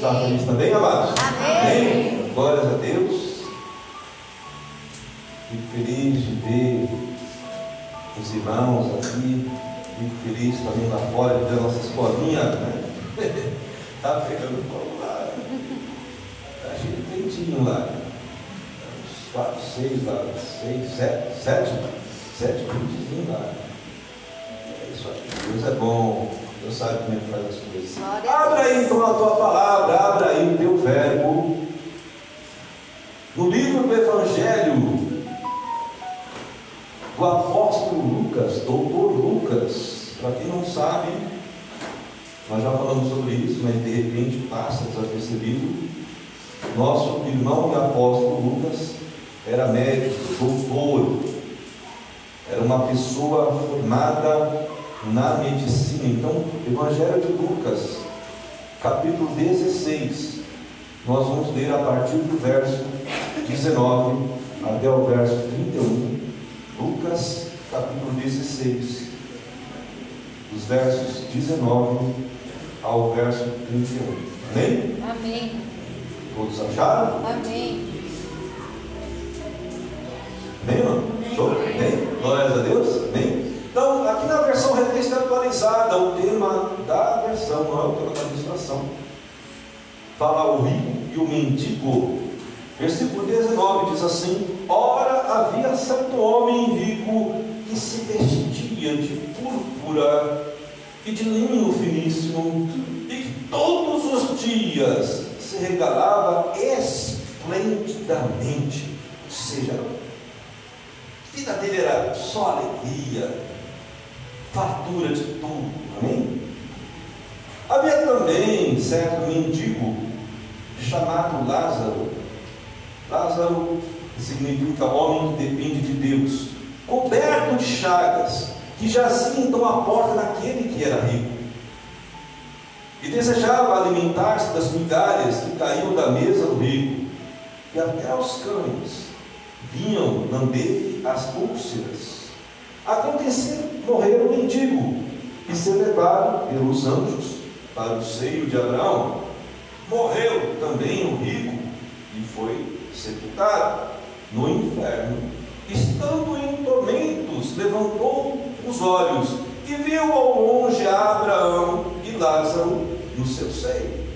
está feliz também, amados? Amém. Glórias a Deus. Fico feliz de ver os irmãos aqui. Fico feliz também lá fora de ver a nossa escolinha, né? Está pegando fogo lá. Está cheio de quentinho lá. Uns 4, 6 lá, 6, 7 quentinhos lá. É isso aí. Deus é bom. Deus sabe como é que faz as coisas. Abra aí então a tua palavra, abra aí o teu verbo. No livro do Evangelho do apóstolo Lucas, doutor Lucas. Para quem não sabe, nós já falamos sobre isso, mas de repente passa desapercebido. Nosso irmão e apóstolo Lucas era médico, doutor, era uma pessoa formada na medicina. Então, Evangelho de Lucas, capítulo 16, nós vamos ler a partir do verso 19 até o verso 31. Lucas, capítulo 16, dos versos 19 ao verso 31. Amém? Amém. Todos acharam? Amém. Amém, irmão? Show? Amém? Glórias a Deus? Amém? Então, aqui na versão revista atualizada, o tema da versão, não é o tema da ilustração, fala o rico e o mendigo. Versículo 19 diz assim: ora havia certo homem rico que se vestia de púrpura e de linho finíssimo, e que todos os dias se regalava esplendidamente. Ou seja, a vida dele era só alegria, fartura de tudo. Amém? Havia também certo mendigo chamado Lázaro. Lázaro significa homem que depende de Deus, coberto de chagas, que jazia então à porta daquele que era rico, e desejava alimentar-se das migalhas que caíam da mesa do rico, e até os cães vinham lamber as úlceras. Aconteceu morrer o mendigo e ser levado pelos anjos para o seio de Abraão. Morreu também o rico e foi sepultado no inferno. Estando em tormentos, levantou os olhos e viu ao longe Abraão e Lázaro no seu seio.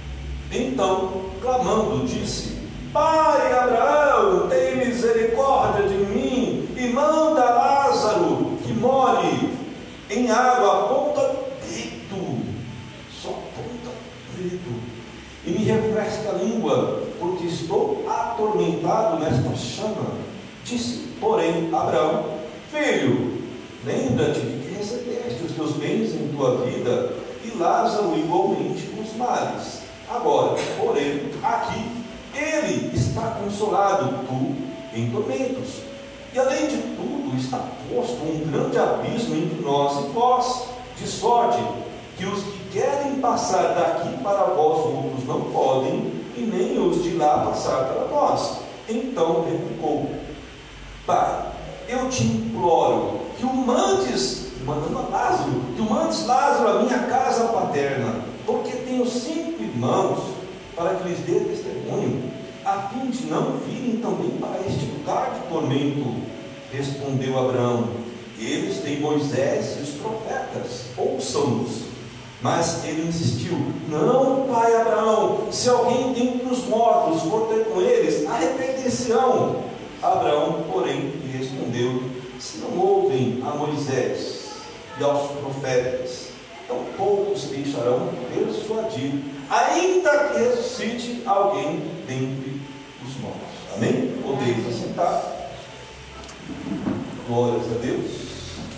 Então, clamando, disse: Pai Abraão, tem misericórdia de mim e manda Lázaro que molhe em água a ponta do dedo, só a ponta do dedo, e me refresca a língua, porque estou atormentado nesta chama. Disse, porém, Abraão: Filho, lembra-te de que recebeste os teus bens em tua vida, e Lázaro igualmente os males. Agora, porém, aqui ele está consolado, tu em tormentos. E além de tudo, está posto um grande abismo entre nós e vós, de sorte que os que querem passar daqui para vós outros não podem, e nem os de lá passar para nós. Então replicou: Pai, eu te imploro que o mandes, mandando a Lázaro, que o mandes Lázaro à minha casa paterna, porque tenho 5 irmãos, para que lhes dê testemunho, a fim de não virem também para este lugar de tormento. Respondeu Abraão: Eles têm Moisés e os profetas, ouçam-nos. Mas ele insistiu: Não, pai Abraão, se alguém dentre os mortos for ter com eles, arrepender-se-ão. Abraão, porém, lhe respondeu: Se não ouvem a Moisés e aos profetas, tampouco se deixarão persuadir, ainda que ressuscite alguém dentre os mortos. Amém? Podeis assentar. Glórias a Deus.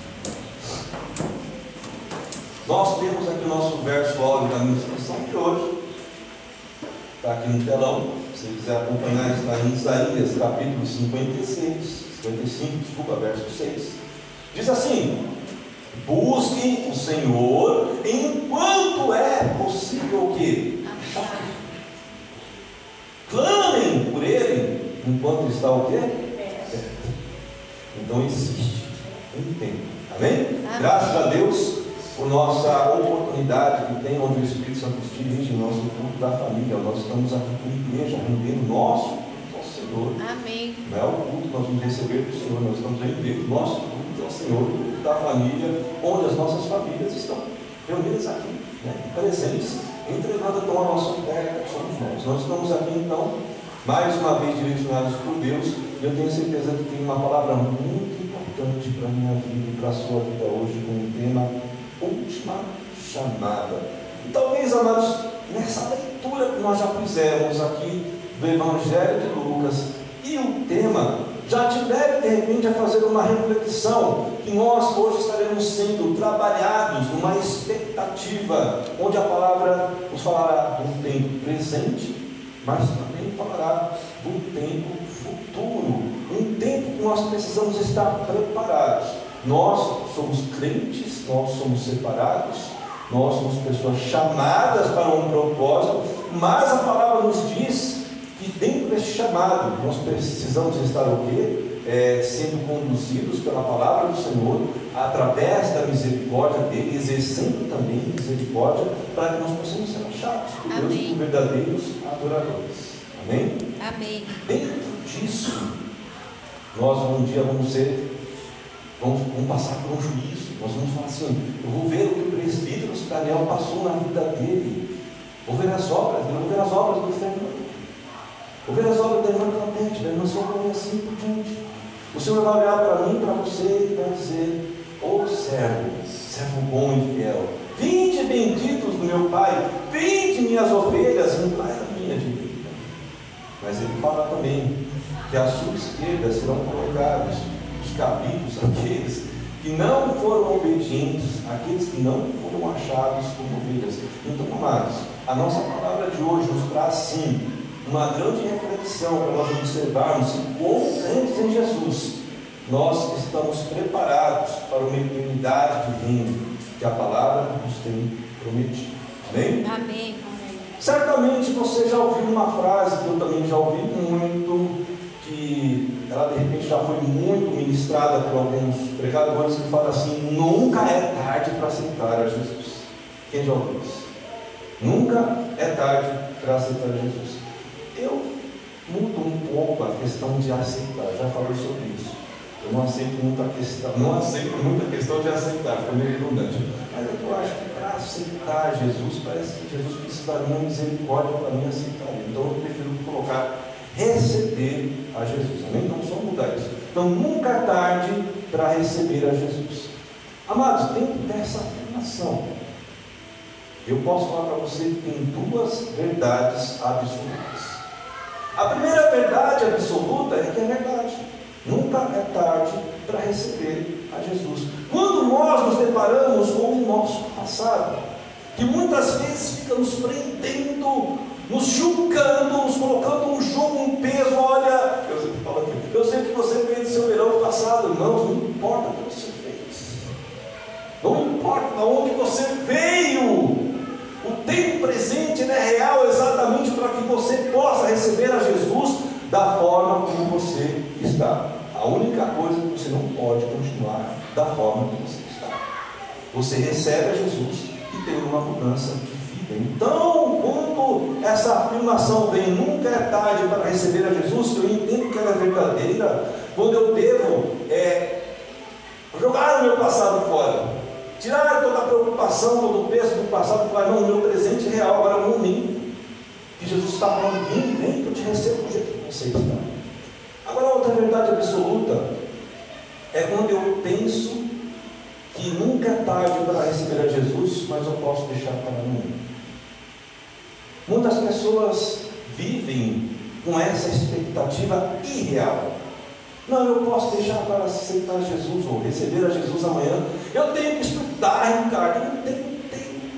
Nós temos aqui o nosso verso áudio da ministração de hoje. Está aqui no telão. Se você quiser acompanhar, está em Isaías, capítulo 55, verso 6. Diz assim: Busquem o Senhor enquanto é possível o quê? Clamem por Ele enquanto está o quê? Então existe um tempo. Amém? Graças a Deus, por nossa oportunidade que tem, onde o Espírito Santo nos dirige, o nosso culto da família. Nós estamos aqui como igreja, rendendo nosso culto ao Senhor. Amém. Não é o culto que nós vamos receber do Senhor, nós estamos rendendo nosso culto ao Senhor, o culto da família, onde as nossas famílias estão reunidas aqui, né, presentes, entregando a nossa oferta, que somos nós. Nós estamos aqui então, mais uma vez direcionados por Deus, e eu tenho certeza que tem uma palavra muito importante para a minha vida e para a sua vida hoje, com o tema Última Chamada. E talvez, amados, nessa leitura que nós já fizemos aqui do Evangelho de Lucas, e o tema já te leve de repente a fazer uma reflexão, que nós hoje estaremos sendo trabalhados numa expectativa, onde a palavra nos falará do tempo presente, mas também falará do tempo futuro, um tempo que nós precisamos estar preparados. Nós somos crentes, nós somos separados, nós somos pessoas chamadas para um propósito, mas a palavra nos diz que dentro deste chamado nós precisamos estar o quê? Sendo conduzidos pela palavra do Senhor, através da misericórdia dele, exercendo também misericórdia, para que nós possamos ser achados por Deus como verdadeiros adoradores. Amém? Amém. Dentro disso, nós um dia vamos passar por um juízo. Nós vamos falar assim: eu vou ver o que o presbítero Daniel passou na vida dele, vou ver as obras dele, vou ver as obras do Fernando, vou ver as obras da irmã Claudete, da irmã Socorro, e assim por diante. O Senhor vai olhar para mim, para você, e vai dizer: ô servo bom e fiel, vinde benditos do meu Pai, vinde minhas ovelhas, entrai na minha direita. Mas ele fala também que à sua esquerda serão colocados os cabritos, aqueles que não foram obedientes, aqueles que não foram achados como ovelhas. Então, amados, a nossa palavra de hoje nos traz sim uma grande reflexão para nós observarmos que, como crentes em Jesus, nós estamos preparados para uma eternidade de reino que a palavra nos tem prometido. Amém? Amém. Certamente você já ouviu uma frase que eu também já ouvi muito, que ela de repente já foi muito ministrada por alguns pregadores, que falam assim: nunca é tarde para aceitar a Jesus. Quem já ouviu isso? Nunca é tarde para aceitar Jesus. Eu mudo um pouco a questão de aceitar, já falei sobre isso. Eu não aceito muita questão de aceitar, fica meio redundante. Mas eu acho que para aceitar Jesus, parece que Jesus precisa da minha misericórdia para mim aceitar. Então eu prefiro colocar receber a Jesus. Amém? Então só mudar isso. Então nunca é tarde para receber a Jesus. Amados, dentro dessa afirmação, eu posso falar para você que tem duas verdades absolutas. A primeira verdade absoluta é que é verdade. Nunca é tarde para receber a Jesus. Quando nós nos deparamos com o nosso passado, que muitas vezes fica nos prendendo, nos julgando, nos colocando um julgo, um peso. Olha, eu sempre falo aqui, eu sei que você fez o seu verão passado, irmãos, não importa o que você fez, não importa de onde você veio. O tempo presente é real exatamente para que você possa receber a Jesus da forma como você está. A única coisa é que você não pode continuar da forma como você está. Você recebe a Jesus e tem uma mudança de vida. Então, quando essa afirmação vem, nunca é tarde para receber a Jesus, eu entendo que ela é verdadeira, quando eu devo jogar o meu passado fora, tirar toda a preocupação, todo o peso do passado, falar: não, o meu presente é real, agora é um momento que Jesus está falando: vem que eu te recebo do jeito que você está. Agora, a outra verdade absoluta é quando eu penso que nunca é tarde para receber a Jesus, mas eu posso deixar para amanhã. Muitas pessoas vivem com essa expectativa irreal. Não, eu posso deixar para aceitar Jesus ou receber a Jesus amanhã. Eu tenho que estudar, Ricardo. Eu não tenho tempo.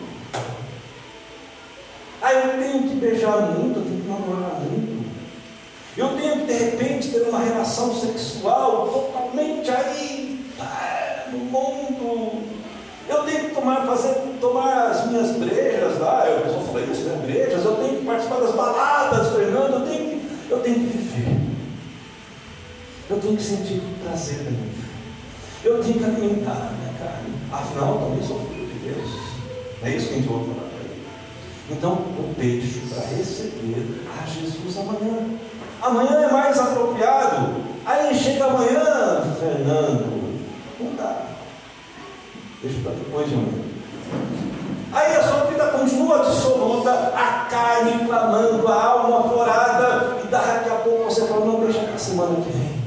Eu tenho que beijar muito, eu tenho que namorar muito. Eu tenho que de repente ter uma relação sexual totalmente aí no mundo. Eu tenho que tomar as minhas brejas lá. Eu pessoal fala isso, né? Brejas. Eu tenho que participar das baladas, Fernando. Eu tenho que viver. Eu tenho que sentir prazer da minha vida. Eu tenho que alimentar a minha carne. Afinal, eu também sou filho de Deus. Não é isso que a gente ouve falar para ele. Então, eu deixo para receber a Jesus amanhã. Amanhã é mais apropriado. Aí chega amanhã, Fernando. Não dá. Deixa para depois de amanhã. Aí a sua vida continua dissoluta, a carne clamando, a alma aflorada, e daqui a pouco você fala, não, deixa para a semana que vem.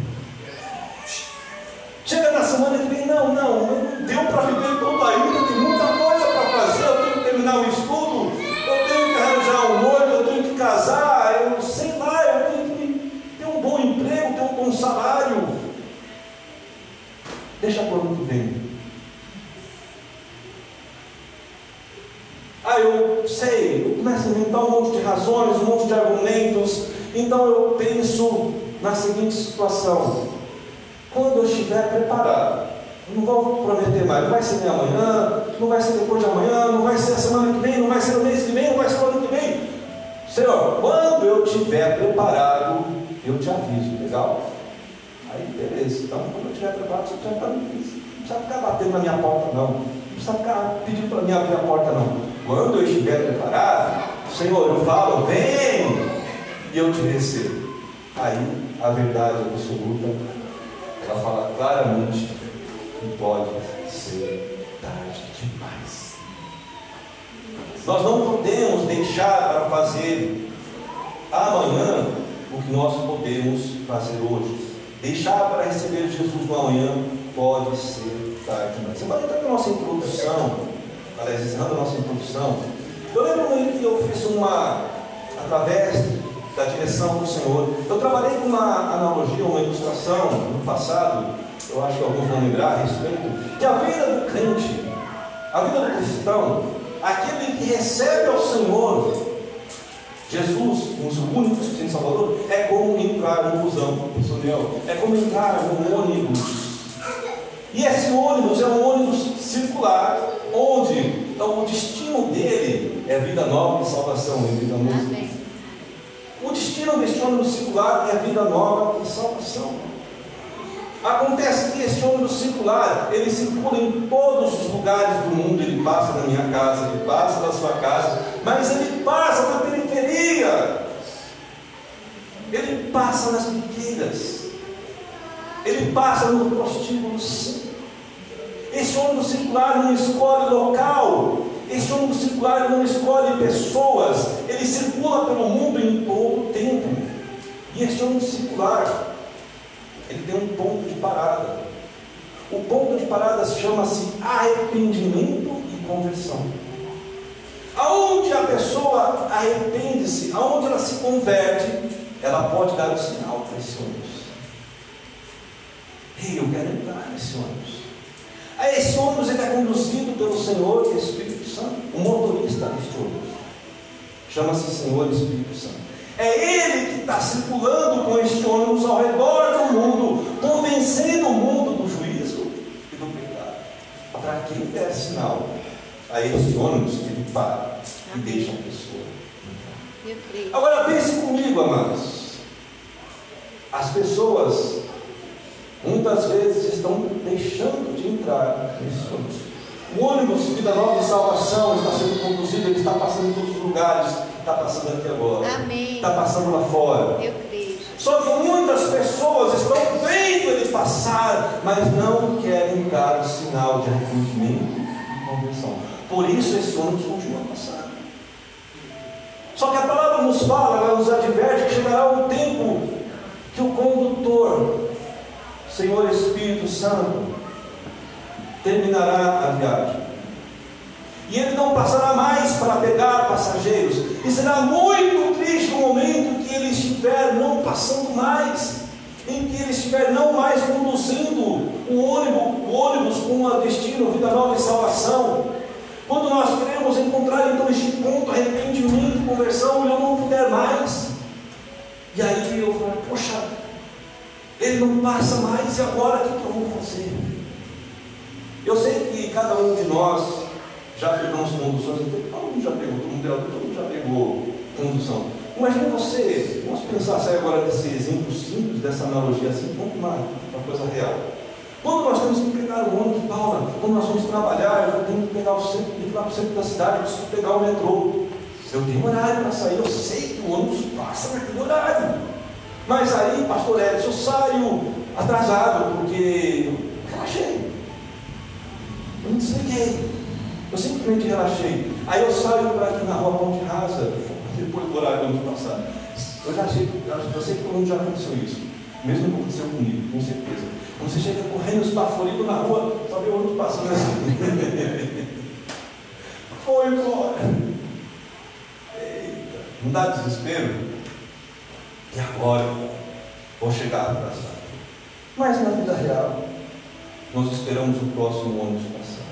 Chega na semana que vem, não deu para viver tudo ainda, tem muita coisa para fazer, eu tenho que terminar o estudo, eu tenho que arranjar um noivo, eu tenho que casar, eu sei lá, eu tenho que ter um bom emprego, ter um bom salário. Deixa para o ano que vem. Eu sei, eu começo a inventar um monte de razões, um monte de argumentos. Então eu penso na seguinte situação: quando eu estiver preparado, eu não vou prometer mais, não vai ser nem amanhã, não vai ser depois de amanhã, não vai ser a semana que vem, não vai ser o mês que vem, não vai ser o ano que vem. Senhor, quando eu estiver preparado, eu te aviso, legal? Aí beleza, então quando eu estiver preparado, você não precisa ficar batendo na minha porta não, não precisa ficar pedindo para mim abrir a porta não. Quando eu estiver preparado, Senhor, eu falo, vem, e eu te recebo. Aí a verdade absoluta, ela fala claramente que pode ser tarde demais. Nós não podemos deixar para fazer amanhã o que nós podemos fazer hoje. Deixar para receber Jesus no amanhã pode ser tarde demais. Você pode entrar na nossa introdução. Aliás, encerrando a nossa introdução, eu lembro que eu fiz através da direção do Senhor, eu trabalhei com uma analogia, uma ilustração no passado, eu acho que alguns vão lembrar a respeito, que a vida do crente, a vida do cristão, aquele que recebe ao Senhor Jesus, o seu único suficiente Salvador, é como entrar no busão, é como entrar no ônibus. E esse ônibus é um ônibus circular, onde o destino dele é vida nova e salvação, em vida nova. O destino deste ônibus circular é vida nova e salvação. Acontece que este ônibus circular, ele circula em todos os lugares do mundo, ele passa na minha casa, ele passa na sua casa, mas ele passa na periferia, ele passa nas biqueiras, ele passa no prostíbulo sim. Esse ônibus circular não escolhe local, esse ônibus circular não escolhe pessoas, ele circula pelo mundo em todo o tempo. E esse ônibus circular, ele tem um ponto de parada. O ponto de parada chama-se arrependimento e conversão. Aonde a pessoa arrepende-se, aonde ela se converte, ela pode dar o sinal para esse ônibus. Ei, eu quero entrar nesse ônibus. Aí esse ônibus ele é conduzido pelo Senhor e Espírito Santo, o motorista deste ônibus. Chama-se Senhor e Espírito Santo. É Ele que está circulando com este ônibus ao redor do mundo, convencendo o mundo do juízo e do pecado. Para quem der sinal a esse ônibus, ele para e deixa a pessoa entrar. Agora pense comigo, amados. As pessoas muitas vezes estão deixando de entrar nesse ônibus. O ônibus Vida Nova e Salvação está sendo conduzido, ele está passando em todos os lugares, está passando aqui agora. Amém. Está passando lá fora. Eu creio. Só que muitas pessoas estão vendo ele passar, mas não querem dar o sinal de arrependimento e conversão. Por isso esse ônibus continua passando. Só que a palavra nos fala, ela nos adverte que chegará um tempo que o condutor, Senhor Espírito Santo, terminará a viagem. E ele não passará mais para pegar passageiros. E será muito triste o momento que ele estiver não passando mais, em que ele estiver não mais conduzindo o ônibus com a destino, vida nova e salvação. Quando nós queremos encontrar então este ponto, arrependimento e conversão, ele não puder mais. E aí eu falo, poxa, ele não passa mais, e agora o que eu vou fazer? Eu sei que cada um de nós já pegamos conduções, todo mundo já pegou, todo mundo já pegou condução. Imagina você, vamos pensar agora nesse exemplo simples, dessa analogia assim, vamos uma coisa real. Quando nós temos que pegar o ônibus, Paula, quando nós vamos trabalhar, eu tenho que pegar o centro, ir lá para o centro da cidade, eu preciso pegar o metrô. Eu tenho horário para sair, eu sei que o ônibus passa naquele horário. Mas aí, pastor Edson, eu saio atrasado, porque eu relaxei. Eu não desliguei. Eu simplesmente relaxei. Aí eu saio para aqui na rua Ponte Rasa, depois do horário do ônibus passar. Eu sei que todo mundo já aconteceu isso. Mesmo que aconteceu comigo, com certeza. Quando você chega correndo, esbaforido na rua, só vê o ônibus passando assim. Foi embora. Eita, não dá desespero? E agora? Vou chegar atrasado. Mas na vida real, nós esperamos o próximo ônibus passar.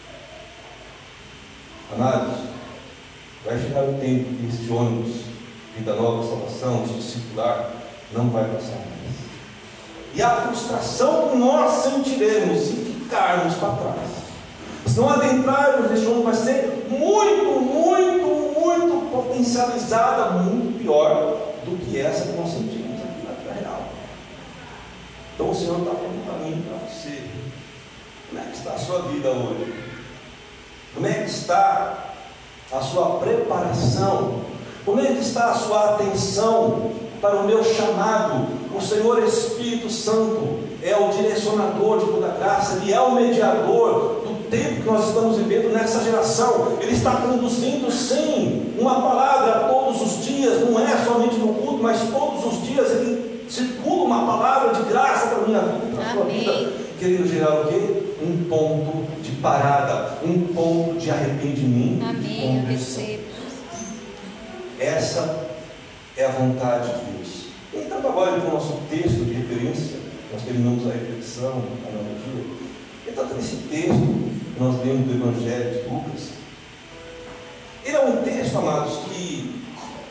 Amados, vai chegar o tempo que este ônibus, Vida Nova, Salvação, de discipular, não vai passar mais. E a frustração que nós sentiremos se ficarmos para trás, se não adentrarmos neste ônibus, vai ser muito, muito, muito potencializada, muito pior do que essa que nós sentimos aqui na vida real. Então o Senhor está falando para mim e para você: como é que está a sua vida hoje? Como é que está a sua preparação? Como é que está a sua atenção para o meu chamado? O Senhor Espírito Santo é o direcionador de toda graça, Ele é o mediador do tempo que nós estamos vivendo nessa geração. Ele está conduzindo sim uma palavra todos os dias, não é somente no culto, mas todos os dias Ele circula uma palavra de graça para a minha vida e para a sua vida, querendo gerar o quê? Um ponto de parada, um ponto de arrependimento. Amém, eu recebo. Essa é a vontade de Deus. Então agora para o nosso texto de referência, nós terminamos a reflexão, a analogia. Então esse texto que nós lemos do Evangelho de Lucas, ele é um texto, amados, que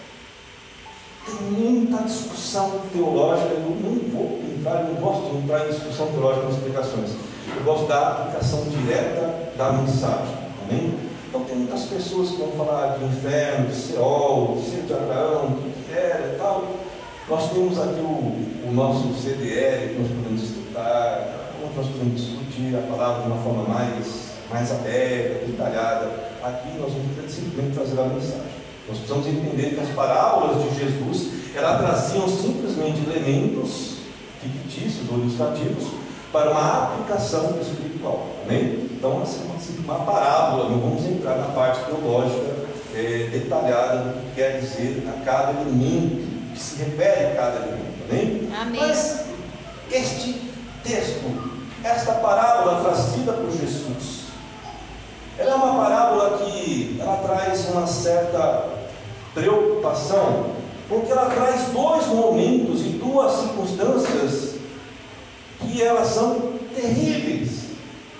tem muita discussão teológica. Eu não gosto de entrar em discussão teológica nas explicações. Eu gosto da aplicação direta da mensagem. Amém? Então tem muitas pessoas que vão falar de inferno, de Seol, de ser de Abraão, de era e tal. Nós temos aqui o nosso CDL, que nós podemos estudar, onde nós podemos discutir a palavra de uma forma mais aberta, detalhada. Aqui nós vamos simplesmente trazer a mensagem. Nós precisamos entender que as parábolas de Jesus, elas traziam simplesmente elementos fictícios ou ilustrativos para uma aplicação espiritual. Amém? Então, assim, uma parábola, não vamos entrar na parte teológica detalhada do que quer dizer a cada elemento, que se refere a cada elemento. Amém? Amém. Mas este texto, esta parábola trazida por Jesus, ela é uma parábola que ela traz uma certa preocupação, porque ela traz dois momentos e duas circunstâncias que elas são terríveis.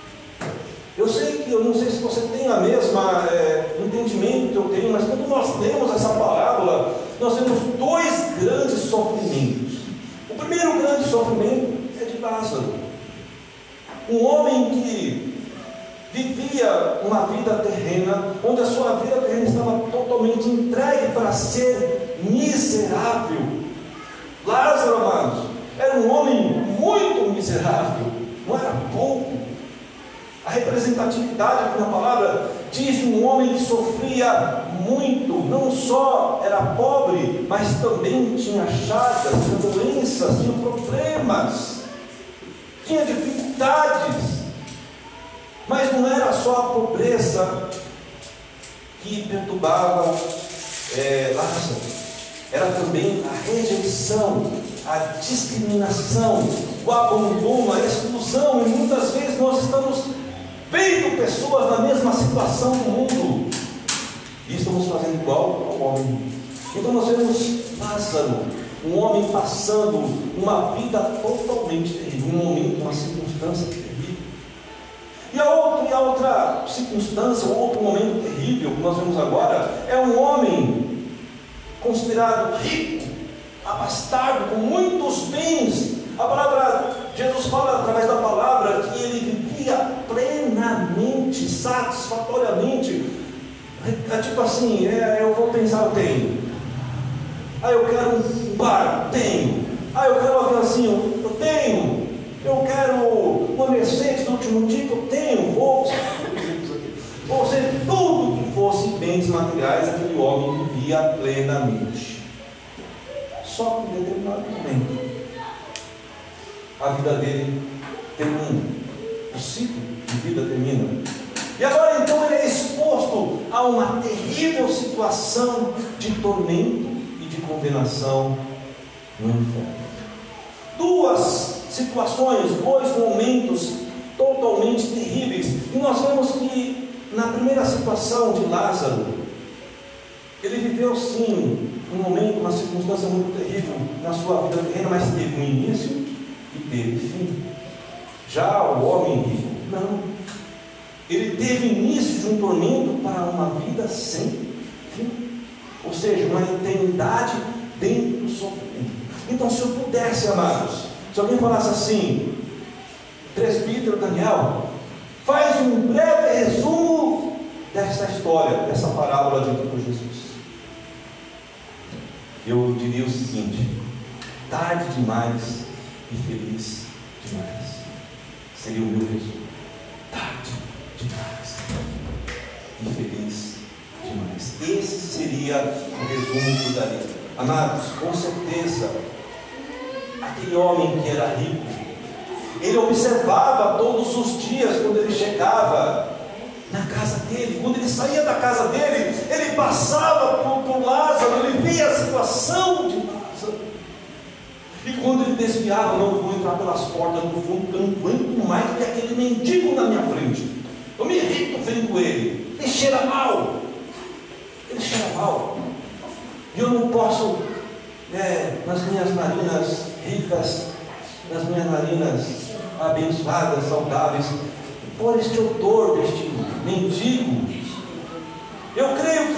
Eu sei que, eu não sei se você tem a mesma entendimento que eu tenho, mas quando nós lemos essa parábola, nós temos dois grandes sofrimentos. O primeiro grande sofrimento é de Lázaro, um homem que vivia uma vida terrena, onde a sua vida terrena estava totalmente entregue para ser miserável. Lázaro, amados, era um homem muito miserável, não era pouco. A representatividade aqui na palavra diz de um homem que sofria muito, não só era pobre, mas também tinha chagas, tinha doenças, tinha problemas, tinha dificuldades. Mas não era só a pobreza que perturbava Lázaro, era também a rejeição, a discriminação, o abandono, a exclusão. E muitas vezes nós estamos vendo pessoas na mesma situação do mundo e estamos fazendo igual ao homem. Então nós vemos Lázaro, um homem passando uma vida totalmente terrível, um momento, uma circunstância terrível. E a outra circunstância, o outro momento terrível que nós vemos agora, é um homem considerado rico, abastado, com muitos bens. A palavra, Jesus fala através da palavra que ele vivia plenamente, satisfatoriamente. É tipo assim, eu vou pensar, eu tenho. Eu quero um bar, tenho. Eu quero um aviãozinho, eu tenho. Eu quero uma Mercedes do último tipo, eu tenho. Vou bens materiais aquele homem vivia plenamente. Só que em determinado momento a vida dele termina, o ciclo de vida termina. E agora então ele é exposto a uma terrível situação de tormento e de condenação no inferno. Duas situações, dois momentos totalmente terríveis. E nós vemos que na primeira situação de Lázaro, ele viveu sim um momento, uma circunstância muito terrível na sua vida terrena, mas teve um início e teve fim. Já o homem rico, não. Ele teve início de um tormento para uma vida sem fim, ou seja, uma eternidade dentro do sofrimento. Então, se eu pudesse, amados, se alguém falasse assim, presbítero Daniel, faz um breve resumo dessa história, dessa parábola dita por Jesus, eu diria o seguinte: tarde demais e feliz demais. Seria o meu resumo. Tarde demais e feliz demais. Esse seria o resumo que eu daria. Amados, com certeza, aquele homem que era rico, ele observava todos os dias, quando ele chegava na casa dele, quando ele saía da casa dele, ele passava por Lázaro, ele via a situação de Lázaro. E quando ele desviava, não vou entrar pelas portas do fundo, eu não aguento mais ver aquele mendigo na minha frente. Eu me irrito vendo ele. Ele cheira mal. Ele cheira mal. E eu não posso, nas minhas narinas ricas, nas minhas narinas abençoadas, saudáveis, pôr este odor deste mendigo. Eu creio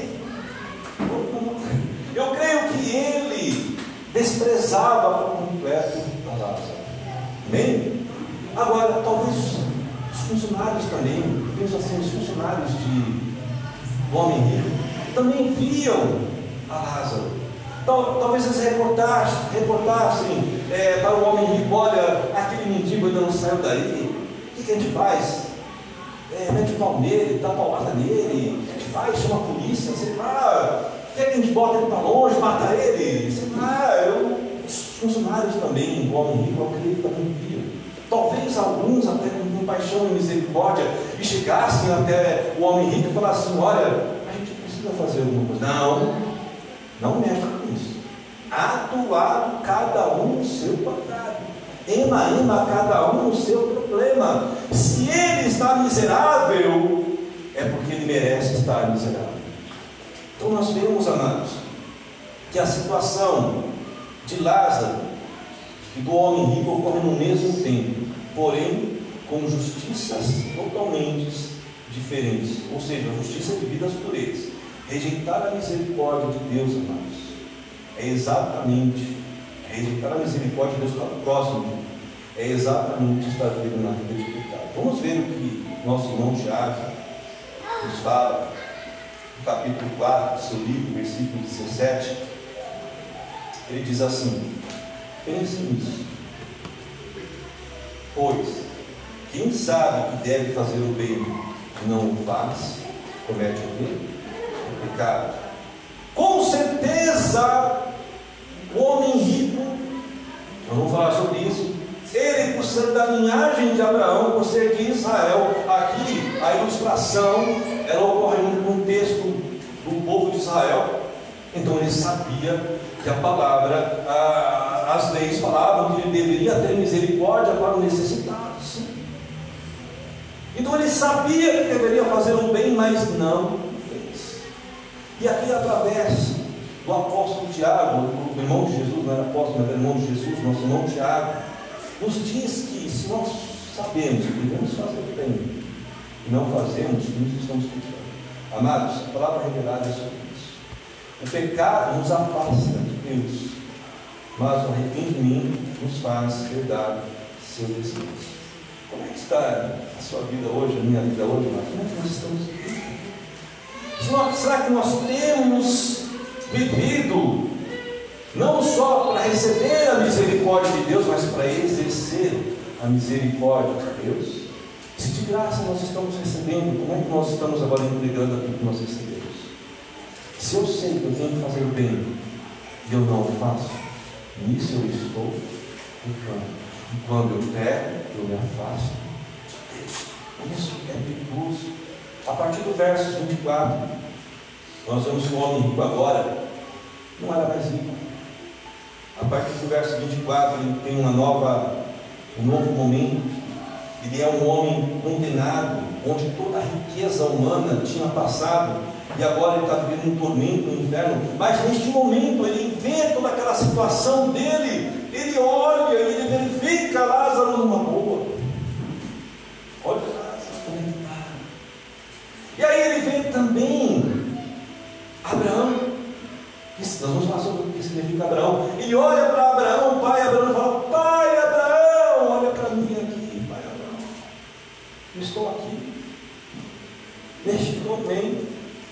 que ele desprezava por completo a Lázaro. Amém? Agora, talvez os funcionários também, penso assim, os funcionários do homem rico também viam a Lázaro. Talvez eles reportassem para o homem rico: olha, aquele mendigo ainda não saiu daí, o que a gente faz? Mete o pau nele, dá paulada nele, o que a gente faz? Chama a polícia, sei lá, quer que a gente bota ele para longe, mata ele, sei lá. Os funcionários também do homem rico, eu acredito que também viam. Talvez alguns até com compaixão e misericórdia e chegassem até o homem rico e falassem: olha, a gente precisa fazer alguma coisa. Não mexe com isso. Atuado cada um no seu quadrado, ema cada um no seu problema. Se ele está miserável, é porque ele merece estar miserável. Então nós vemos, amados, que a situação de Lázaro e do homem rico ocorre no mesmo tempo, porém com justiças totalmente diferentes. Ou seja, a justiça vividas por eles. Rejeitar a misericórdia de Deus, amados, é exatamente rejeitar a misericórdia de Deus para o próximo, é exatamente estar vivendo na vida de pecado. Vamos ver o que nosso irmão Tiago nos fala no capítulo 4 do seu livro, versículo 17. Ele diz assim: pense nisso, pois quem sabe que deve fazer o bem e não o faz, comete o quê? Pecado. Com certeza, o homem rico, nós vamos falar sobre isso, ele, por ser da linhagem de Abraão, por ser de Israel, aqui a ilustração ela ocorre no contexto do povo de Israel. Então ele sabia que a palavra, as leis falavam que ele deveria ter misericórdia para o necessitado, sim. Então ele sabia que deveria fazer o bem, mas não. E aqui, através do apóstolo Tiago, o irmão de Jesus, não era apóstolo, mas era irmão de Jesus, nosso irmão Tiago, nos diz que se nós sabemos que devemos fazer o bem e não fazemos, nós estamos pecando. Amados, a palavra revelada é sobre isso. O pecado nos afasta de Deus, mas o arrependimento nos faz herdar seu desejo. Como é que está a sua vida hoje, a minha vida hoje, mas como é que nós estamos vivendo? Será que nós temos vivido não só para receber a misericórdia de Deus, mas para exercer a misericórdia de Deus? Se de graça nós estamos recebendo, como é que nós estamos agora entregando aquilo que nós recebemos? Se eu sei que eu tenho que fazer o bem e eu não o faço, nisso eu estou pecando. E quando eu peco, eu me afasto de Deus. Isso é perigoso. A partir do verso 24, nós vemos que o homem rico agora não era mais rico. A partir do verso 24, ele tem um novo momento. Ele é um homem condenado, onde toda a riqueza humana tinha passado, e agora ele está vivendo um tormento no inferno. Mas neste momento ele vê toda aquela situação dele, ele olha e ele verifica Lázaro numa boa. Olha Lázaro como ele está. E aí ele vê também Abraão. Nós vamos falar sobre o que significa Abraão. Ele olha para Abraão, o pai Abraão, e fala: pai Abraão, olha para mim aqui, pai Abraão. Eu estou aqui, neste momento.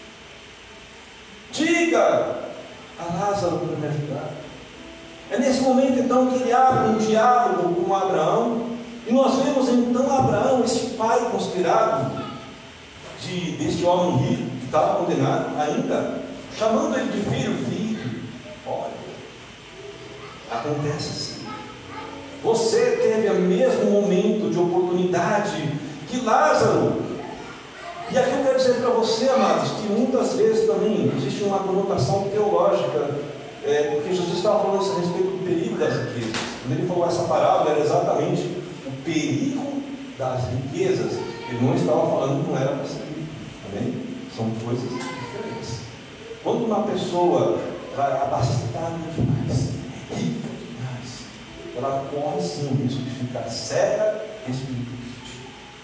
Diga a Lázaro para me ajudar. É nesse momento então que ele abre um diálogo com Abraão. E nós vemos então Abraão, esse pai conspirado deste homem rico, que estava condenado ainda, chamando ele de filho. Olha, acontece assim. Você teve o mesmo momento de oportunidade que Lázaro. E aqui eu quero dizer para você, amados, que muitas vezes também existe uma conotação teológica, porque Jesus estava falando a respeito do perigo das riquezas. Quando ele falou essa parábola, era exatamente o perigo das riquezas. Ele não estava falando que não era para ser rico. Amém? São coisas diferentes. Quando uma pessoa vai abastada demais, rica demais, ela corre sim o risco de ficar cega espiritualmente,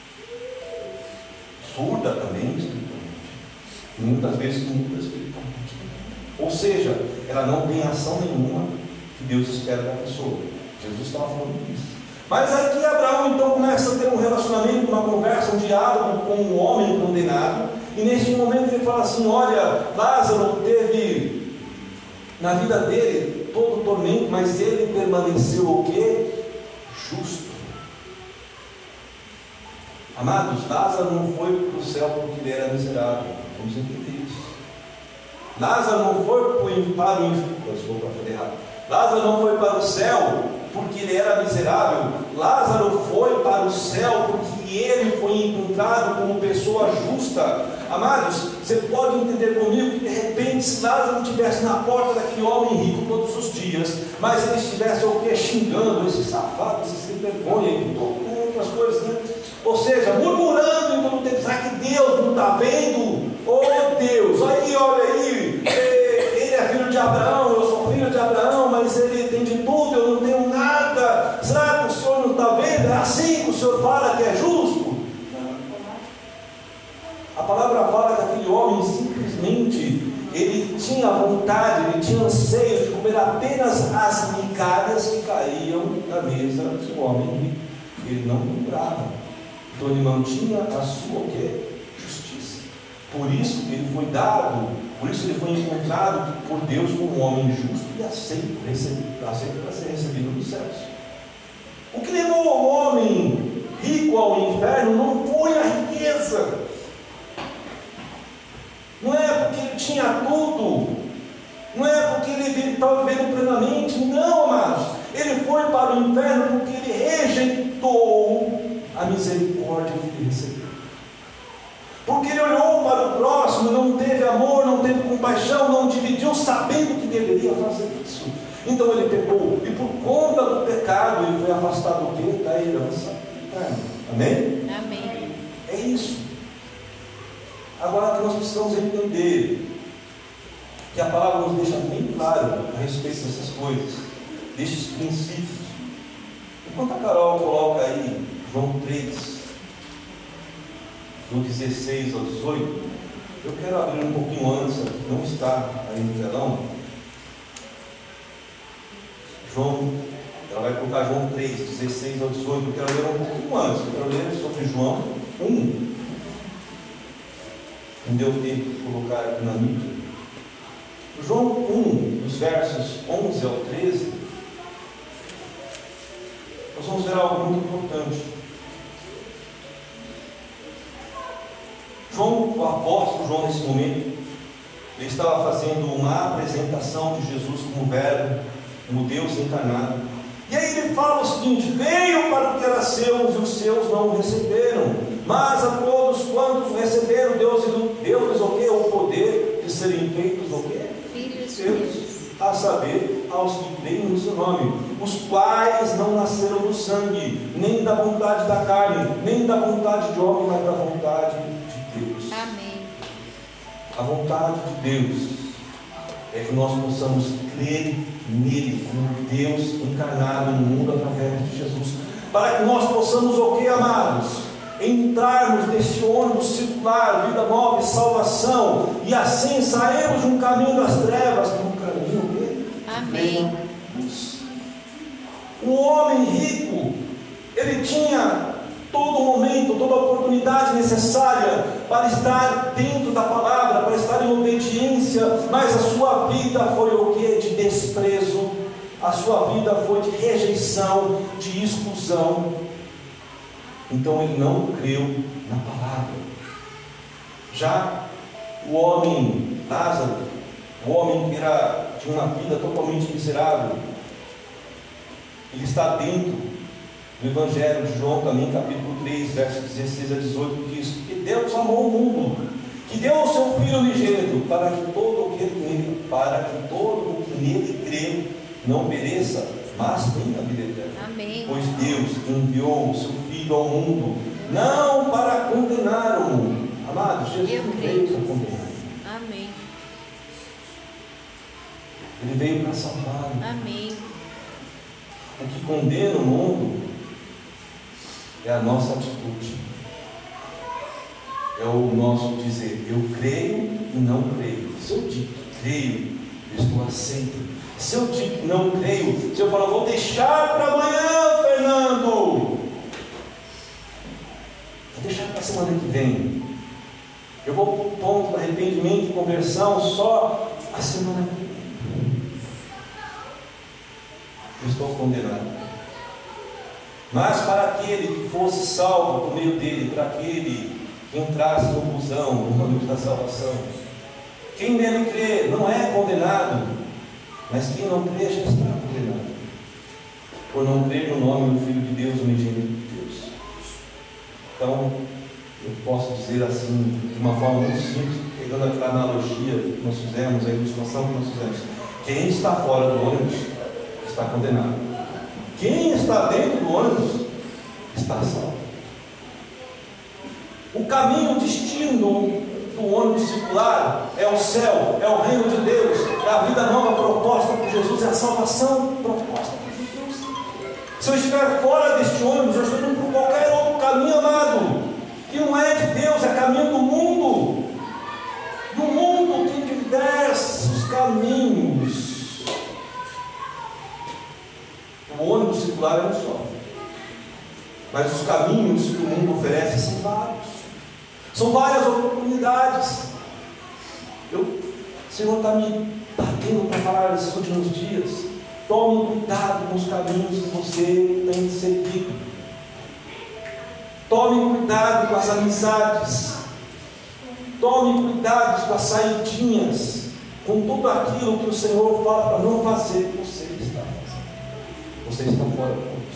surda também espiritualmente, e muitas vezes muda espiritualmente também. Ou seja, ela não tem ação nenhuma que Deus espera da pessoa. Jesus estava falando disso. Mas aqui Abraão então começa a ter um relacionamento, uma conversa, um diálogo com um homem condenado. E neste momento ele fala assim: olha, Lázaro teve na vida dele todo o tormento, mas ele permaneceu o quê? Justo. Amados, Lázaro não foi para o céu porque ele era miserável. Vamos entender isso. Lázaro não foi para o inferno. Lázaro não foi para o céu porque ele era miserável. Lázaro foi para o céu porque ele foi encontrado como pessoa justa. Amados, você pode entender comigo que de repente, se Lázaro estivesse na porta daquele homem rico todos os dias, mas ele estivesse o quê? Xingando esse safado, esse sem vergonha e outras coisas, né? Ou seja, murmurando em todo o tempo: será que Deus não está vendo? Oh Deus, aí olha aí, ele é filho de Abraão, eu sou filho de Abraão, mas ele tem de tudo, eu não tenho nada. Será que o Senhor não está vendo? É assim que o Senhor fala que é justo? A palavra fala que aquele homem simplesmente, ele tinha vontade, ele tinha anseio de comer apenas as migalhas que caíam da mesa do homem rico. Ele não murmurava, então ele mantinha a sua o quê? Justiça. Por isso ele foi dado, por isso ele foi encontrado por Deus como um homem justo e aceito para ser recebido nos céus. O que levou o homem rico ao inferno não foi a riqueza. Não é porque ele tinha tudo, não é porque ele estava vivendo plenamente, não, amados. Ele foi para o inferno porque ele rejeitou a misericórdia que ele recebeu. Porque ele olhou para o próximo, não teve amor, não teve compaixão, não dividiu, sabendo que deveria fazer isso. Então ele pecou, e por conta do pecado ele foi afastado do quê? Da herança eterna. Amém? Amém. É isso. Agora que nós precisamos entender que a palavra nos deixa bem claro a respeito dessas coisas, desses princípios. Enquanto a Carol coloca aí João 3, do 16 ao 18, eu quero abrir um pouquinho antes, não está aí no telão. Ela vai colocar João 3, 16 ao 18. Eu quero ler um pouquinho antes, eu quero ler sobre João 1. Não deu tempo de colocar aqui na mídia. João 1, dos versos 11 ao 13, nós vamos ver algo muito importante. João, o apóstolo João, nesse momento, ele estava fazendo uma apresentação de Jesus como Verbo, como Deus encarnado. E aí ele fala o seguinte: veio para o que era seus e os seus não o receberam, mas a todos quantos o receberam, Deus deu-lhes o quê? O poder de serem feitos o quê? Filhos de Deus, a saber, aos que creem no seu nome, os quais não nasceram do sangue, nem da vontade da carne, nem da vontade de homem, mas da vontade de Deus. Amém. A vontade de Deus é que nós possamos crer nele, como Deus encarnado no mundo através de Jesus, para que nós possamos o que, amados? Entrarmos neste ônibus circular, vida nova e salvação, e assim sairmos de um caminho das trevas para um caminho Amém. de luz. O homem rico, ele tinha todo momento, toda oportunidade necessária para estar dentro da palavra, para estar em obediência, mas a sua vida foi o que? De desprezo, a sua vida foi de rejeição, de exclusão. Então ele não creu na palavra. Já o homem Lázaro, o homem que tinha uma vida totalmente miserável, ele está dentro no Evangelho de João também, capítulo 3, versos 16 a 18, diz que Deus amou o mundo, que deu o seu Filho unigênito, para que todo o que nele crê não pereça, mas tenha a vida eterna. Amém. Pois Deus enviou o seu Filho ao mundo, não para condenar o mundo. Amados, Jesus não veio para condenar. Amém. Ele veio para salvar. Amém. O que condena o mundo é a nossa atitude, é o nosso dizer: eu creio e não creio. Se eu digo que creio, eu estou aceito. Se eu digo que não creio, se eu falar, vou deixar para amanhã, Fernando, vou deixar para a semana que vem, eu vou para o ponto do arrependimento e conversão só a semana que vem, eu estou condenado. Mas para aquele que fosse salvo por meio dele, para aquele que entrasse no busão, no ônibus da salvação, quem nele crê não é condenado, mas quem não crê já está condenado, por não crer no nome do Filho de Deus, o unigênito de Deus. Então, eu posso dizer assim, de uma forma muito simples, pegando aquela analogia que nós fizemos, a ilustração que nós fizemos: quem está fora do ônibus está condenado. Quem está dentro do ônibus está salvo. O caminho, o destino do ônibus circular é o céu, é o reino de Deus, é a vida nova proposta por Jesus, é a salvação proposta por Jesus. Se eu estiver fora deste ônibus, eu estou indo por qualquer outro caminho, amado, que não é de Deus, é caminho do mundo. No mundo tem diversos caminhos. O ônibus circular é um só, mas os caminhos que o mundo oferece são vários, são várias oportunidades. O Senhor está me batendo para falar nesses últimos dias: tome cuidado com os caminhos que você tem seguido, tome cuidado com as amizades, tome cuidado com as saidinhas, com tudo aquilo que o Senhor fala para não fazer, você está fazendo. Você está fora do ônibus.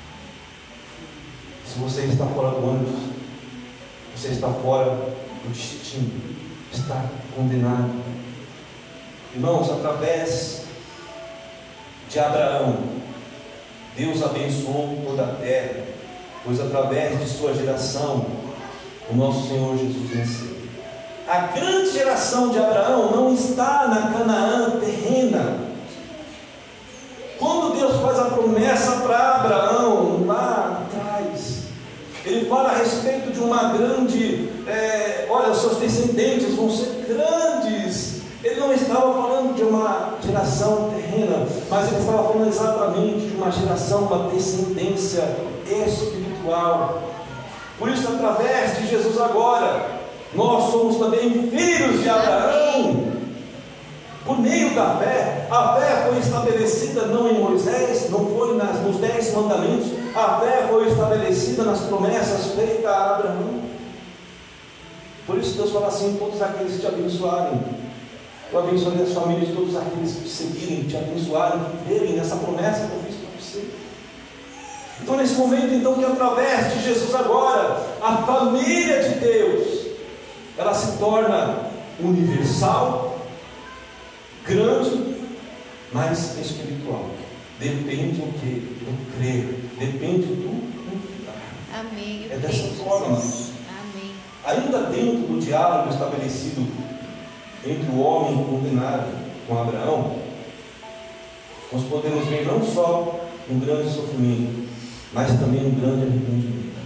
Se você está fora do ônibus, você está fora do destino, está condenado. Irmãos, através de Abraão, Deus abençoou toda a terra, pois através de sua geração, o nosso Senhor Jesus venceu. A grande geração de Abraão não está na Canaã terrena. Quando Deus faz a promessa para Abraão, lá atrás, Ele fala a respeito de uma grande, olha, os seus descendentes vão ser grandes. Ele não estava falando de uma geração terrena, mas ele estava falando exatamente de uma geração, uma descendência espiritual. Por isso, através de Jesus agora, nós somos também filhos de Abraão. Por meio da fé, a fé foi estabelecida não em Moisés, não foi nos 10 mandamentos, a fé foi estabelecida nas promessas feitas a Abraão. Por isso Deus fala assim: todos aqueles que te abençoarem, eu abençoarei as famílias de todos aqueles que te seguirem, que te abençoarem, que verem nessa promessa que eu fiz para você. Então, nesse momento, então, que através de Jesus agora, a família de Deus, ela se torna universal, grande, mas espiritual. Depende do que? Do crer. Depende do confiar. Amém. É dessa forma. Amém. Ainda dentro do diálogo estabelecido entre o homem condenado com Abraão, nós podemos ver não só um grande sofrimento, mas também um grande arrependimento.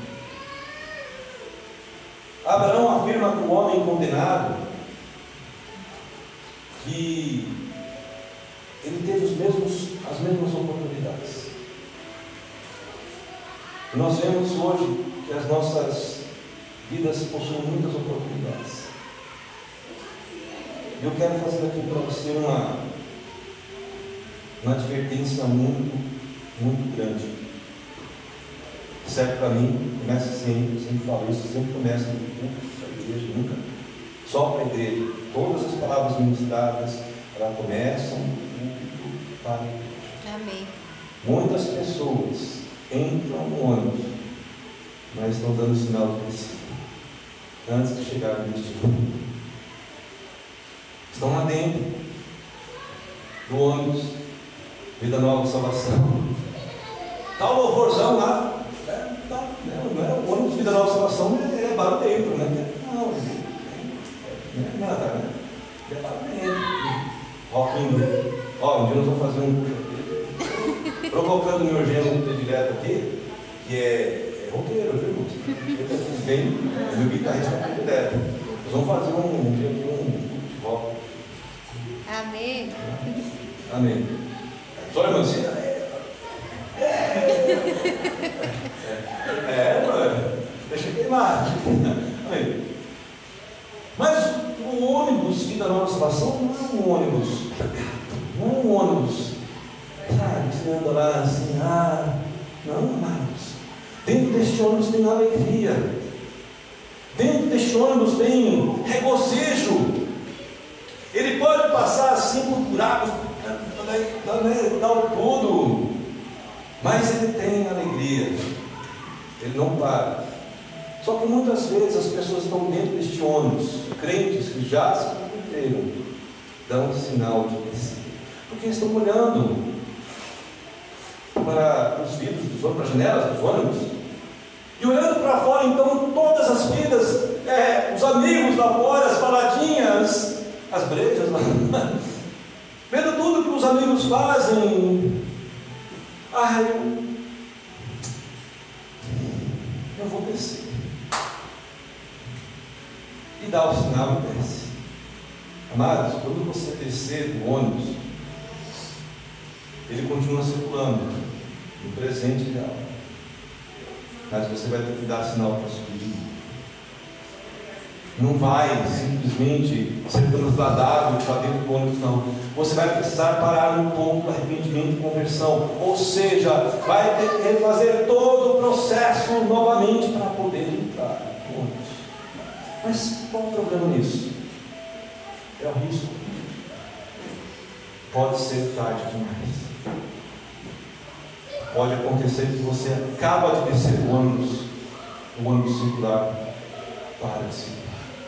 Abraão afirma para o homem condenado que ele teve as mesmas oportunidades. Nós vemos hoje que as nossas vidas possuem muitas oportunidades. Eu quero fazer aqui para você uma advertência muito grande. Serve para mim, começa sempre falo isso, sempre começa no culto da igreja, nunca só para a igreja. Todas as palavras ministradas, elas começam no culto para a igreja. Amém. Muitas pessoas entram no ônibus, mas estão dando sinal de descida antes de chegar no destino. Estão lá dentro do ônibus, Vida Nova, Salvação. Está o louvorzão lá. Não é o ônibus Vida Nova, Salvação, ele é barulhento, né? Não, ele é nada, né? Ele é barulhento. Rockinho. Ó, um dia nós vamos fazer provocando o meu gênero predileto aqui, que é roqueiro, viu? Ele vem, meu guitarrista predileto. Nós vamos fazer um dia aqui de rock. Amém. Amém. Só a irmãzinha? Mano, deixa queimar. Amém. Mas o ônibus Vida Nova Salvação não é um ônibus, não é um ônibus, sabe, você anda lá assim, não, amados. Dentro deste ônibus tem alegria, dentro deste ônibus tem regozijo. Ele pode passar assim por buracos, dar o tudo, mas ele tem alegria, ele não para. Só que muitas vezes as pessoas estão dentro deste ônibus, crentes que já se converteram, dão um sinal de descer, porque estão olhando para os vidros dos ônibus, para as janelas dos ônibus, e olhando para fora, então, todas as vidas, os amigos lá fora, as baladinhas, as brejas lá, vendo tudo que os amigos fazem. Eu vou descer. E dá o sinal e desce. Amados, quando você descer do ônibus, ele continua circulando no presente real, mas você vai ter que dar sinal para subir. Não vai simplesmente ser transladado para dentro do ônibus, não. Você vai precisar parar no ponto do arrependimento e conversão. Ou seja, vai ter que refazer todo o processo novamente para poder entrar no ônibus. Mas qual o problema nisso? É o risco. Pode ser tarde demais. Pode acontecer que você acaba de descer do ônibus, o ônibus circular para de circular.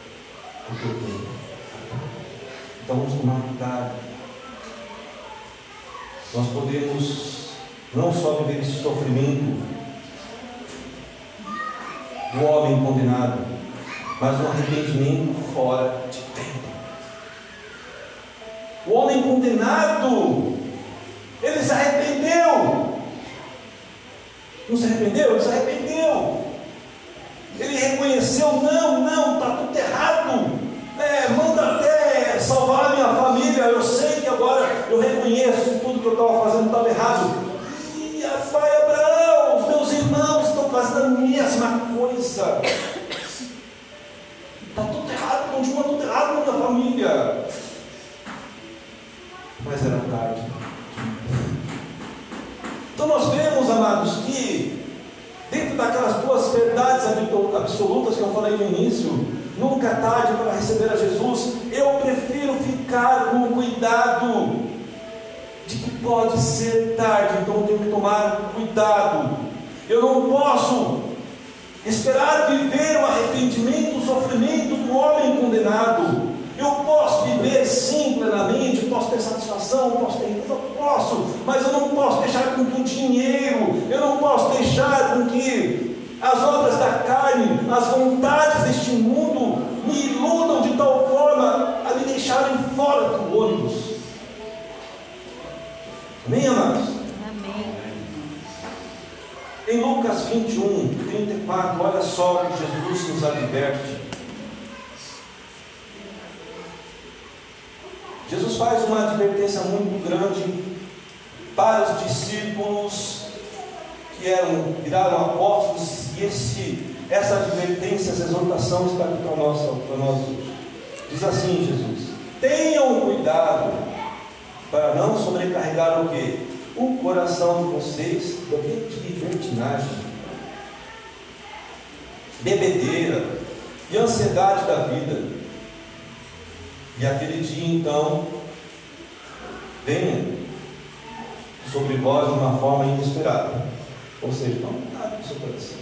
Então vamos tomar cuidado. Nós podemos não só viver esse sofrimento do homem condenado, mas um arrependimento fora de tempo. O homem condenado, ele se arrependeu. Não se arrependeu? Ele se arrependeu. Ele reconheceu: não, está tudo errado. Manda até salvar a minha família. Eu sei que agora eu reconheço que tudo que eu estava fazendo estava errado. E pai Abraão, os meus irmãos estão fazendo a mesma coisa. Está tudo errado, continua tudo errado na minha família. Mas era tarde. Então nós vemos, amados, que dentro daquelas duas verdades absolutas que eu falei no início, nunca é tarde para receber a Jesus. Eu prefiro ficar com o cuidado de que pode ser tarde, então eu tenho que tomar cuidado. Eu não posso esperar viver o arrependimento, o sofrimento do homem condenado. Eu posso viver sim plenamente, posso ter satisfação, posso, mas eu não posso deixar com que o dinheiro, eu não posso deixar com que as obras da carne, as vontades deste mundo me iludam de tal forma a me deixarem fora do ônibus. Amém, amados? Amém. Em Lucas 21, 34, olha só o que Jesus nos adverte. Jesus faz uma advertência muito grande para os discípulos que viraram apóstolos, e essa advertência, essa exortação está aqui para nós hoje. Diz assim Jesus: tenham cuidado para não sobrecarregar o quê? O coração de vocês de libertinagem, bebedeira e ansiedade da vida. E aquele dia então venha sobre vós de uma forma inesperada. Ou seja, não cuidado com o seu coração.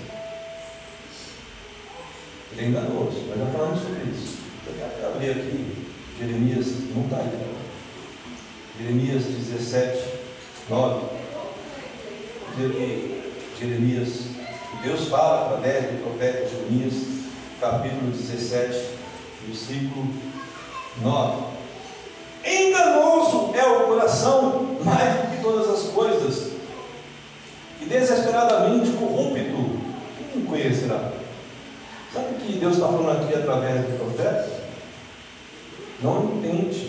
Ele é enganoso, nós já falamos sobre isso. Eu quero abrir aqui Jeremias, não está aí, né? Jeremias 17, 9. Diz aqui, Jeremias, Deus fala através do profeta Jeremias, capítulo 17, versículo 9. Enganoso é o coração mais do que todas as coisas, e desesperadamente corrupto, quem conhecerá? Sabe o que Deus está falando aqui através do profeta? Não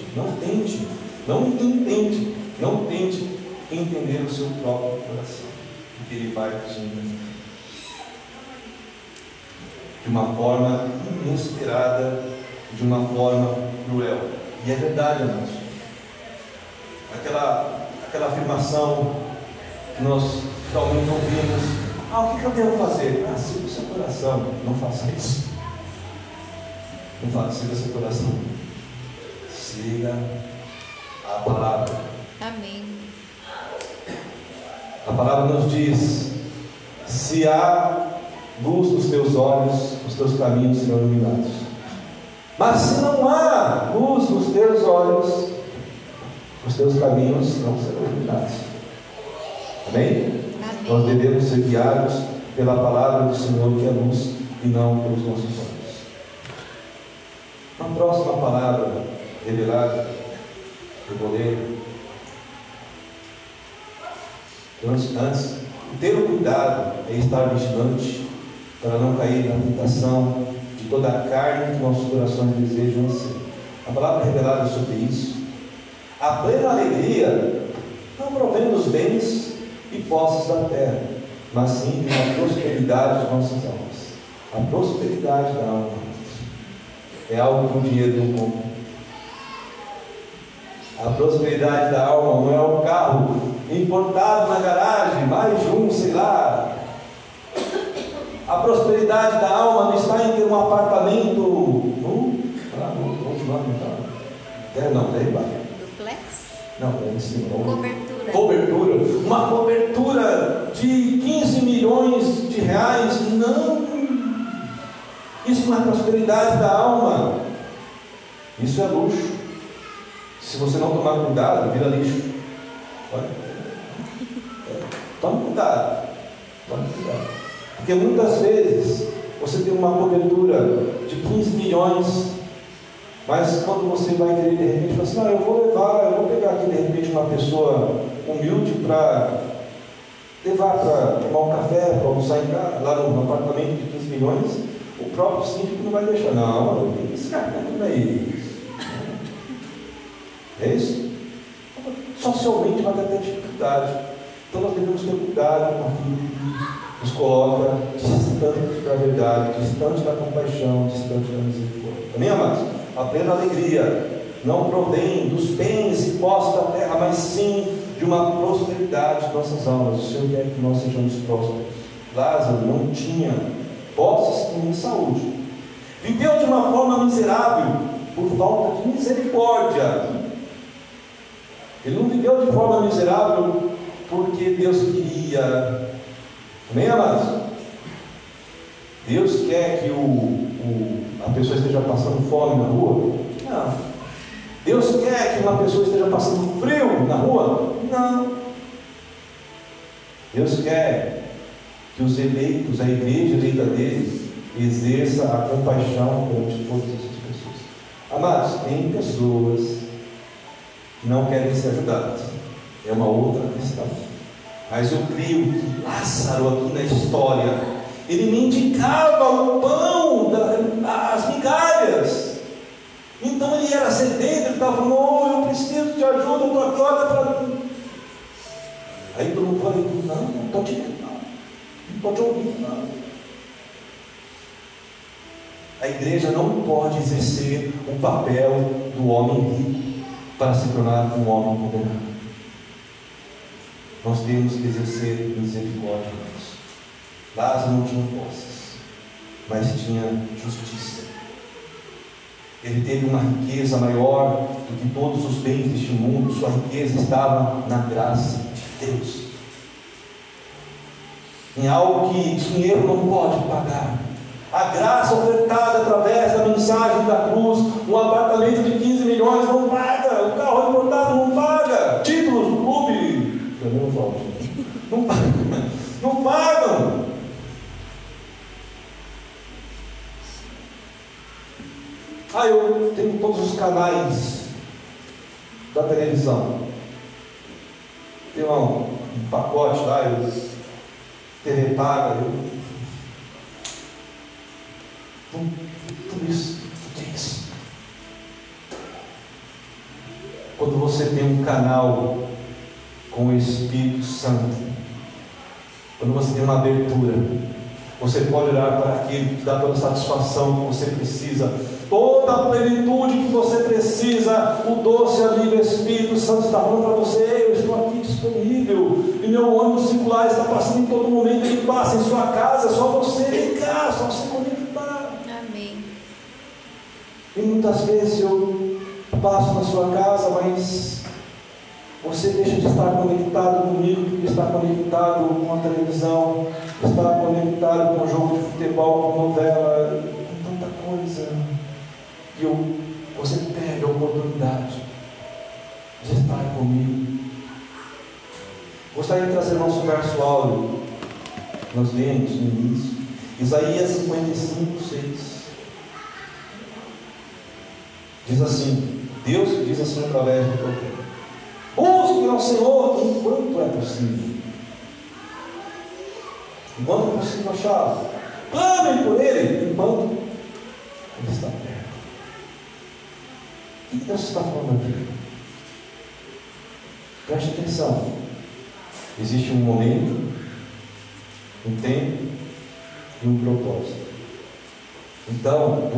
tente entender o seu próprio coração, porque ele vai te enganar de uma forma inesperada, de uma forma cruel. E é verdade, amados. Aquela afirmação que nós realmente ouvimos: o que eu devo fazer? Siga o seu coração. Não faça isso. Não faça, siga o seu coração. Siga a palavra. Amém. A palavra nos diz: se há luz nos teus olhos, os teus caminhos serão iluminados. Mas se não há luz nos teus olhos, os teus caminhos não serão iluminados. Amém? Amém. Nós devemos ser guiados pela palavra do Senhor, que é luz, e não pelos nossos olhos. A próxima palavra revelada, eu vou ler. Antes, ter o cuidado é estar vigilante para não cair na tentação de toda a carne que nossos corações desejam ser. A palavra revelada sobre isso: a plena alegria não provém dos bens e posses da terra, mas sim de uma prosperidade de nossas almas. A prosperidade da alma é algo que o dinheiro não compra. A prosperidade da alma não é um carro importado na garagem, mais de um, sei lá. A prosperidade da alma não está em ter um apartamento Duplex? Não, é em cima. Cobertura. Uma cobertura de 15 milhões de reais. Não. Isso não é prosperidade da alma. Isso é luxo. Se você não tomar cuidado, vira lixo. Tome cuidado. Porque muitas vezes você tem uma cobertura de 15 milhões, mas quando você vai querer, de repente, fala assim: eu vou pegar aqui de repente uma pessoa humilde para levar para tomar um café, para almoçar em casa, lá no apartamento de 15 milhões, o próprio síndico não vai deixar. Não, esse cara não é isso. É isso? Socialmente vai ter até dificuldade. Então nós devemos ter cuidado com aquilo que nos coloca distante da verdade, distante da compaixão, distante da misericórdia. Amém, amados? A plena alegria não provém dos bens e posses da terra, mas sim de uma prosperidade de nossas almas. O Senhor quer que nós sejamos prósperos. Lázaro não tinha posses e nem saúde. Viveu de uma forma miserável por falta de misericórdia. Ele não viveu de forma miserável porque Deus queria. Amém, amados? Deus quer que a pessoa esteja passando fome na rua? Não. Deus quer que uma pessoa esteja passando frio na rua? Não. Deus quer que os eleitos, a igreja eleita deles, exerça a compaixão perante todas essas pessoas. Amados, tem pessoas que não querem ser ajudadas. É uma outra questão. Mas eu creio que Lázaro aqui na história, ele mendicava o pão, as migalhas. Então ele era sedento, ele estava falando: oh, eu preciso de ajuda, eu estou aqui, olha para mim. Aí todo mundo falou: não estou te vendo, não estou te ouvindo, não. A igreja não pode exercer o papel do homem rico para se tornar um homem condenado. Nós temos que exercer misericórdia. Lázaro não tinha posses, mas tinha justiça. Ele teve uma riqueza maior do que todos os bens deste mundo. Sua riqueza estava na graça de Deus, em algo que dinheiro não pode pagar. A graça ofertada através da mensagem da cruz. Um apartamento de 15 milhões não paga, o carro importado não paga, títulos do clube não pagam, não pagam. Eu tenho todos os canais da televisão, tem um pacote lá, TV paga, tudo isso, tudo isso. Quando você tem um canal com o Espírito Santo, quando você tem uma abertura, você pode olhar para aquilo que dá toda a satisfação que você precisa, toda a plenitude que você precisa. O doce alívio Espírito Santo está falando para você: eu estou aqui disponível, e meu ônibus circular está passando em todo momento, ele passa em sua casa, só você ligar, só você conectar. Amém. E muitas vezes eu passo na sua casa, mas você deixa de estar conectado comigo, porque está conectado com a televisão, está conectado com o jogo de futebol, com novela, com tanta coisa. E você perde a oportunidade de estar comigo. Gostaria de trazer nosso verso áureo. Nós lemos no início, Isaías 55, 6. Diz assim, Deus diz assim através do profeta: busquem ao Senhor enquanto é possível. Enquanto é possível achá-lo. Clamem por Ele enquanto Ele está perto. O que Deus está falando aqui? Preste atenção. Existe um momento, um tempo e um propósito. Então,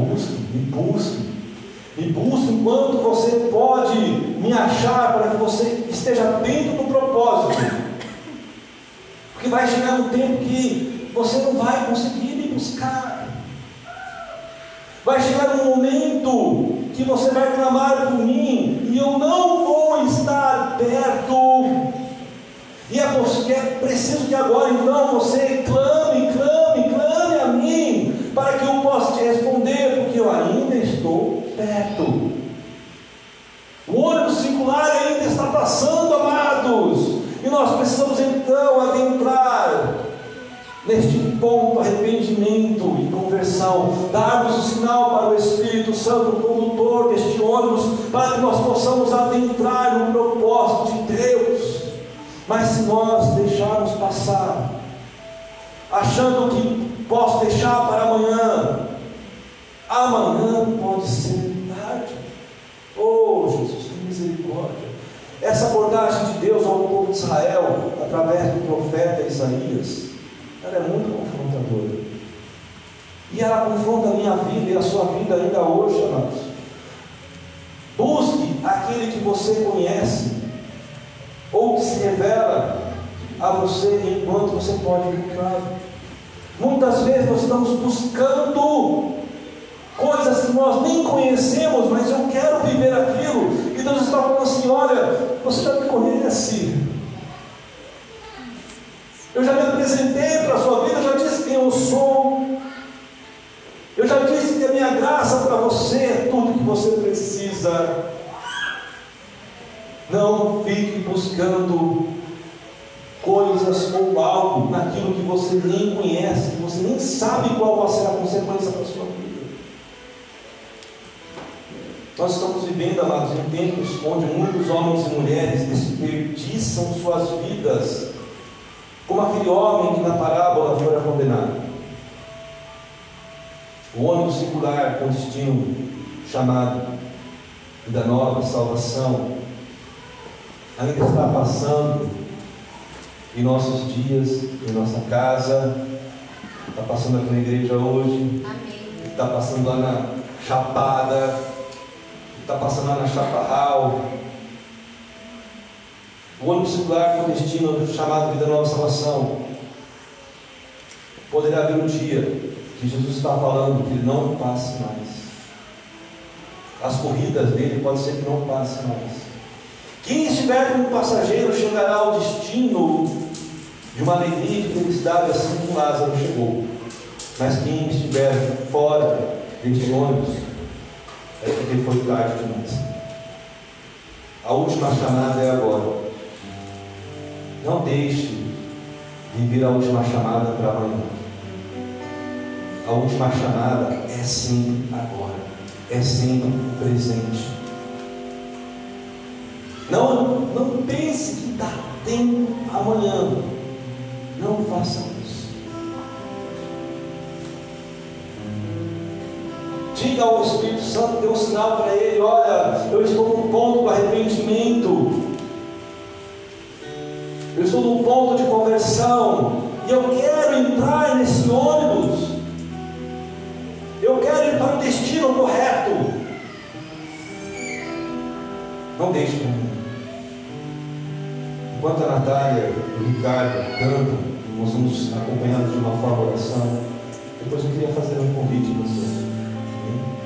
me busque enquanto você pode me achar, para que você esteja dentro do propósito. Porque vai chegar um tempo que você não vai conseguir me buscar. Vai chegar um momento que você vai clamar por mim e eu não vou estar perto. E é preciso que agora então você clame a mim, para que eu possa te responder, porque eu ainda estou perto. O ônibus circular ainda está passando, amados, e nós precisamos então adentrar neste ponto, arrependimento e conversão, darmos o sinal para o Espírito Santo, o condutor deste ônibus, para que nós possamos adentrar no propósito de Deus. Mas se nós deixarmos passar, achando que posso deixar para amanhã pode ser tarde. Oh Jesus, tem misericórdia. Essa abordagem de Deus ao povo de Israel, através do profeta Isaías, ela é muito confrontadora. E ela confronta a minha vida e a sua vida ainda hoje, amados. Busque aquele que você conhece, ou que se revela a você enquanto você pode encontrar. Muitas vezes nós estamos buscando coisas que nós nem conhecemos, mas eu quero viver aquilo. E Deus está falando assim: olha, você já me conhece, eu já me apresentei para a sua vida, eu já disse quem eu sou, eu já disse que a minha graça para você é tudo que você precisa. Não fique buscando coisas ou algo naquilo que você nem conhece, que você nem sabe qual vai ser a consequência para a sua vida. Nós estamos vivendo, amados, em tempos onde muitos homens e mulheres desperdiçam suas vidas, como aquele homem que na parábola foi condenado. O ônibus singular com destino chamado Vida Nova, salvação, ainda está passando em nossos dias, em nossa casa, está passando aqui na igreja hoje, está passando lá na Chapada, está passando lá na Chaparral. O ônibus singular com destino chamado Vida Nova, salvação, poderá haver um dia que Jesus está falando que ele não passe mais. As corridas dele pode ser que não passe mais. Quem estiver como passageiro chegará ao destino de uma alegria e de felicidade, assim como Lázaro chegou. Mas quem estiver fora deste ônibus é porque foi tarde demais. A última chamada é agora. Não deixe de vir a última chamada para amanhã. A última chamada é sempre agora, é sempre presente. Não pense que dá tempo amanhã. Não faça isso. Diga ao Espírito Santo, dê um sinal para ele: olha, eu estou no ponto do arrependimento, eu estou no ponto de conversão, e eu quero entrar nesse ônibus, eu quero ir para o destino correto. Não deixe para mim. Enquanto a Natália e o Ricardo cantam, nós vamos acompanhando de uma forma oração. Depois eu queria fazer um convite para você.